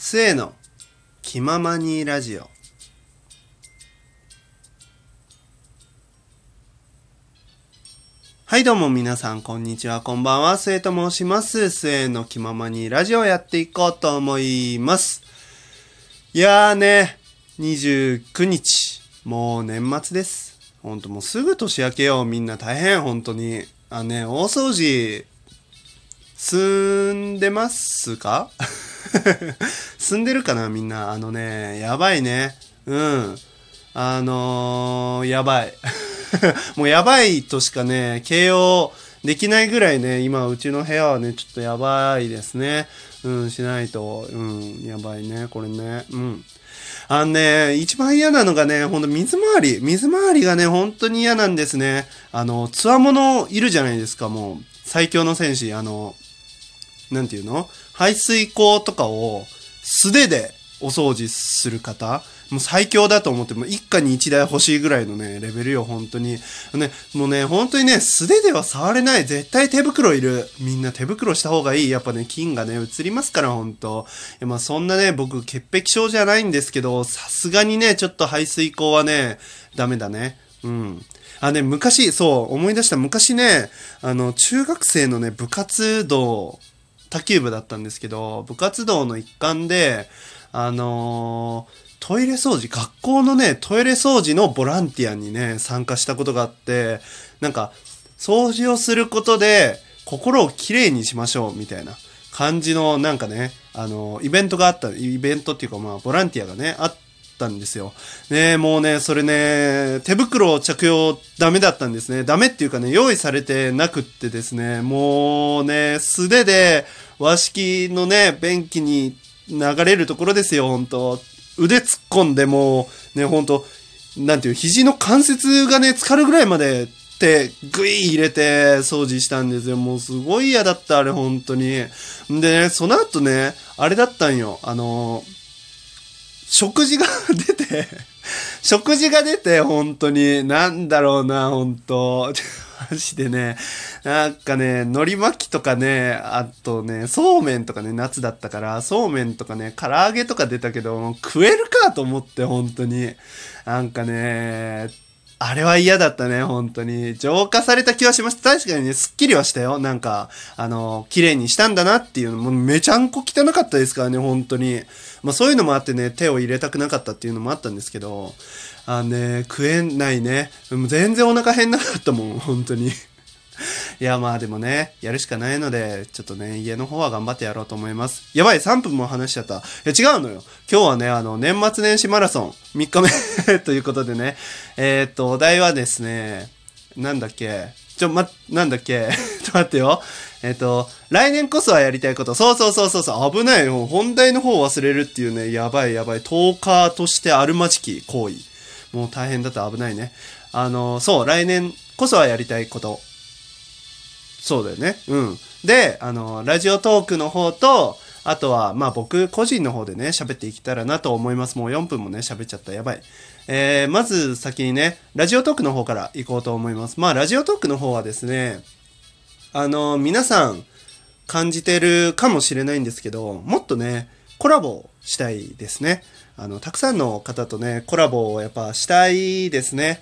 末の気ままにラジオ。はい、どうも皆さんこんにちは、こんばんは。末と申します。末の気ままにラジオをやっていこうと思います。いやーね、29日もう年末です。ほんともうすぐ年明けよ。みんな大変、本当に。大掃除済んでますか？済んでるかな、みんな。やばいね。やばい。もうやばいとしかね、形容できないぐらいね、今うちの部屋はね、ちょっとやばいですね。しないと。やばいね、これね。一番嫌なのがね、ほんと水回り。水回りがね、本当に嫌なんですね。つわものいるじゃないですか、もう。最強の戦士。なんていうの？排水口とかを素手でお掃除する方、もう最強だと思って、もう一家に一台欲しいぐらいのね、レベルよ、本当に。もうね、本当にね、素手では触れない。絶対手袋いる。みんな手袋した方がいい。やっぱね、菌がね、移りますから、本当。そんなね、僕、潔癖症じゃないんですけど、さすがにね、ちょっと排水口はね、ダメだね。昔、そう、思い出した。昔ね、中学生のね、部活動、卓球部だったんですけど、部活動の一環で、トイレ掃除、学校のね、トイレ掃除のボランティアにね、参加したことがあって、なんか、掃除をすることで、心をきれいにしましょう、みたいな感じの、なんかね、イベントがあった、イベントっていうか、まあ、ボランティアがね、あったんですよ。ね、もうね、それね、手袋着用ダメだったんですね。ダメっていうかね、用意されてなくってですね、もうね、素手で和式のね、便器に流れるところですよ、ほんと。腕突っ込んでもう、ね、ほんと、なんていう、肘の関節がね、浸かるぐらいまで手、グイー入れて掃除したんですよ。もうすごい嫌だった、あれ、ほんとに。でね、その後ね、あれだったんよ。食事が出て、食事が出て、本当に、なんだろうな、本当マジでね、なんかね、海苔巻きとかね、あとね、そうめんとかね、夏だったから、そうめんとかね、唐揚げとか出たけど、食えるかと思って、本当に。なんかね、あれは嫌だったね、本当に。浄化された気はしました。確かにね、すっきりはしたよ。なんか、綺麗にしたんだなっていうのも、めちゃんこ汚かったですからね、本当に。まあそういうのもあってね、手を入れたくなかったっていうのもあったんですけど、食えないね。全然お腹減んなかったもん、本当に。いや、まあでもね、やるしかないので、ちょっとね、家の方は頑張ってやろうと思います。やばい、3分も話しちゃった。いや、違うのよ。今日はね、年末年始マラソン、3日目ということでね、お題はですね、なんだっけ、なんだっけ、ちょっと待ってよ。来年こそはやりたいこと。そうそうそうそうそう、危ないよ。本題の方忘れるっていうね、やばいやばい。10日としてあるまじき行為。もう大変だと危ないね。そう、来年こそはやりたいこと。そうだよね。で、ラジオトークの方と、あとは、まあ僕個人の方でね、喋っていけたらなと思います。もう4分もね、喋っちゃった。やばい。まず先にね、ラジオトークの方から行こうと思います。まあラジオトークの方はですね、皆さん感じてるかもしれないんですけど、もっとね、コラボしたいですね。たくさんの方とね、コラボをやっぱしたいですね。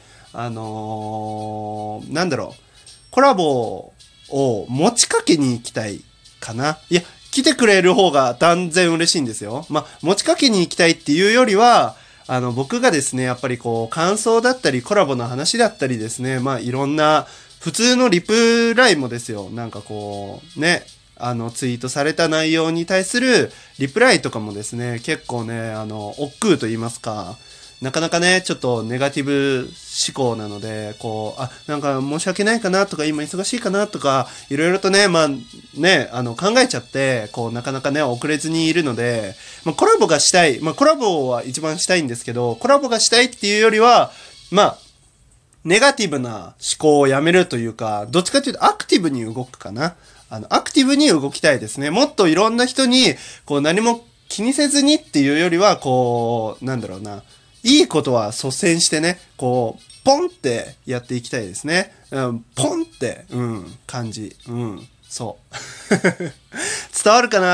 なんだろう。コラボを持ちかけに行きたいかな。いや、来てくれる方が断然嬉しいんですよ。まあ、持ちかけに行きたいっていうよりは、僕がですね、やっぱりこう、感想だったり、コラボの話だったりですね、まあ、いろんな、普通のリプライもですよ、なんかこう、ね、ツイートされた内容に対するリプライとかもですね、結構ね、億劫と言いますか、なかなかね、ちょっとネガティブ思考なので、こう、なんか申し訳ないかなとか、今忙しいかなとか、いろいろとね、まあね、考えちゃって、こう、なかなかね、遅れずにいるので、まあコラボがしたい、まあコラボは一番したいんですけど、コラボがしたいっていうよりは、まあ、ネガティブな思考をやめるというか、どっちかというとアクティブに動くかな。アクティブに動きたいですね。もっといろんな人に、こう何も気にせずにっていうよりは、こう、なんだろうな。いいことは率先してね、こう、ポンってやっていきたいですね。ポンって、感じ。そう。伝わるかな？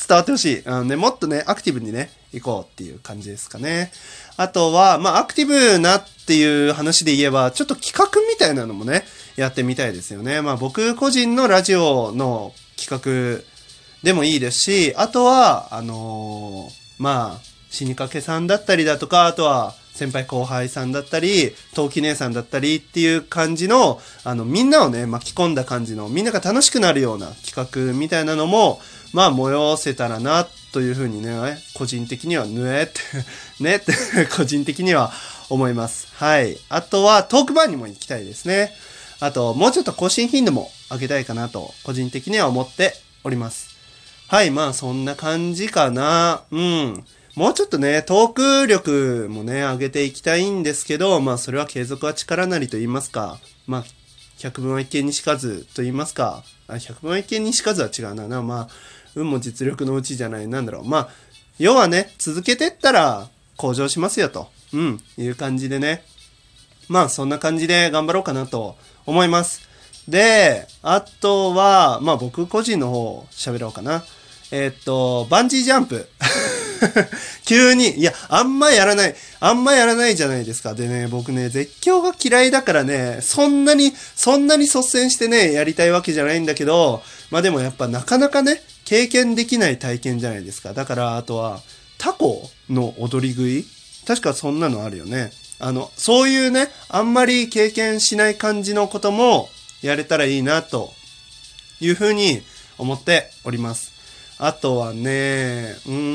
伝わってほしい。もっとね、アクティブにね、行こうっていう感じですかね。あとは、まあ、アクティブなっていう話で言えば、ちょっと企画みたいなのもね、やってみたいですよね。まあ、僕個人のラジオの企画でもいいですし、あとは、まあ、死にかけさんだったりだとか、あとは、先輩後輩さんだったり、陶器姉さんだったりっていう感じの、みんなをね、巻き込んだ感じの、みんなが楽しくなるような企画みたいなのも、まあ、催せたらな、というふうにね、個人的には、ねって、個人的には思います。はい。あとは、トークバーにも行きたいですね。あと、もうちょっと更新頻度も上げたいかなと、個人的には思っております。はい、まあ、そんな感じかな。うん。もうちょっとね、トーク力もね、上げていきたいんですけど、まあ、それは継続は力なりと言いますか、まあ、百聞は一見にしかずと言いますか、百聞は一見にしかずは違うな。まあ、運も実力のうちじゃない、なんだろう。まあ、要はね、続けてったら向上しますよと、いう感じでね。まあ、そんな感じで頑張ろうかなと思います。で、あとは、まあ僕個人の方喋ろうかな。バンジージャンプ。急に、いや、あんまやらないじゃないですか。でね、僕ね、絶叫が嫌いだからね、そんなに率先してね、やりたいわけじゃないんだけど、まあでもやっぱなかなかね、経験できない体験じゃないですか。だから、あとは、タコの踊り食い？確かそんなのあるよね。そういうね、あんまり経験しない感じのこともやれたらいいな、というふうに思っております。あとはね、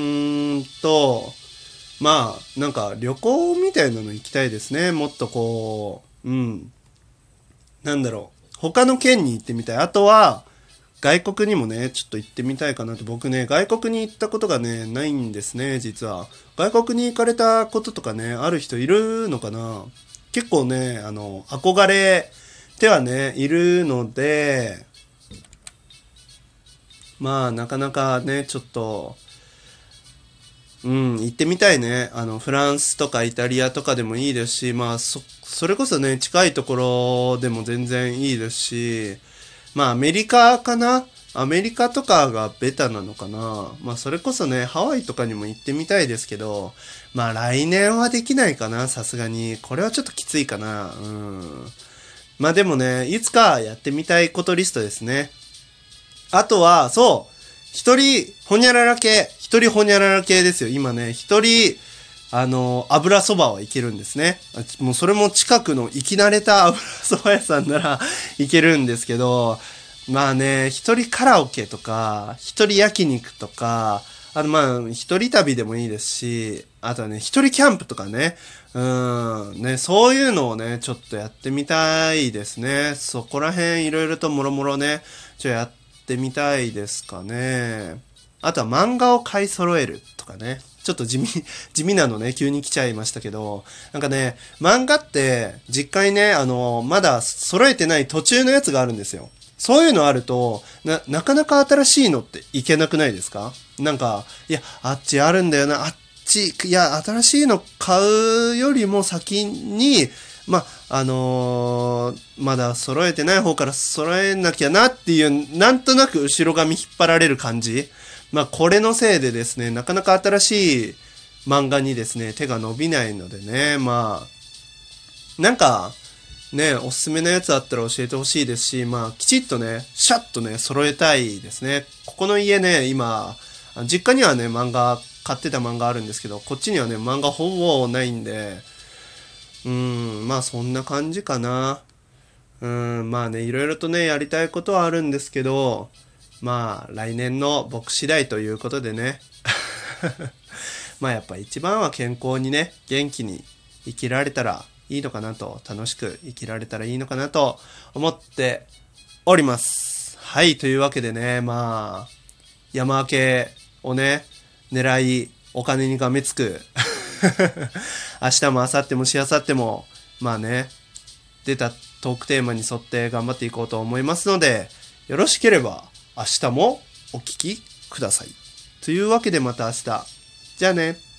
まあ、なんか旅行みたいなの行きたいですね。もっとこう、なんだろう。他の県に行ってみたい。あとは、外国にもね、ちょっと行ってみたいかなと。僕ね、外国に行ったことがね、ないんですね、実は。外国に行かれたこととかね、ある人いるのかな？結構ね、憧れてはね、いるので、まあ、なかなかね、ちょっと、行ってみたいね。フランスとかイタリアとかでもいいですし、まあ、それこそね、近いところでも全然いいですし、まあ、アメリカかな？アメリカとかがベタなのかな？まあ、それこそね、ハワイとかにも行ってみたいですけど、まあ、来年はできないかな、さすがに。これはちょっときついかな。まあ、でもね、いつかやってみたいことリストですね。あとは、そう、一人ほにゃらら系ですよ。今ね、油そばはいけるんですね。もうそれも近くの生き慣れた油そば屋さんならいけるんですけど、まあね、一人カラオケとか、一人焼肉とか、あとまあ、一人旅でもいいですし、あとはね、一人キャンプとかね、ね、そういうのをね、ちょっとやってみたいですね。そこら辺いろいろともろもろね、やってみたいですかね。あとは漫画を買い揃えるとかね。ちょっと地味なのね、急に来ちゃいましたけど、なんかね、漫画って、実家にね、まだ揃えてない途中のやつがあるんですよ。そういうのあると、なかなか新しいのっていけなくないですか？なんか、いや、あっちあるんだよな、いや、新しいの買うよりも先に、ままだ揃えてない方から揃えなきゃなっていう、なんとなく後ろ髪引っ張られる感じ。まあ、これのせいでですね、なかなか新しい漫画にですね、手が伸びないのでね、まあ、なんか、ね、おすすめのやつあったら教えてほしいですし、まあ、きちっとね、シャッとね、揃えたいですね。ここの家ね、今、実家にはね、買ってた漫画あるんですけど、こっちにはね、漫画ほぼないんで、まあ、そんな感じかな。まあね、いろいろとね、やりたいことはあるんですけど、まあ、来年の僕次第ということでね。まあやっぱ一番は健康にね、元気に生きられたらいいのかなと、楽しく生きられたらいいのかなと思っております。はい、というわけでね、まあ、山分けをね、狙い、お金にがめつく。明日も明後日もしあさっても、まあね、出たトークテーマに沿って頑張っていこうと思いますので、よろしければ、明日もお聞きください。というわけでまた明日。じゃあね。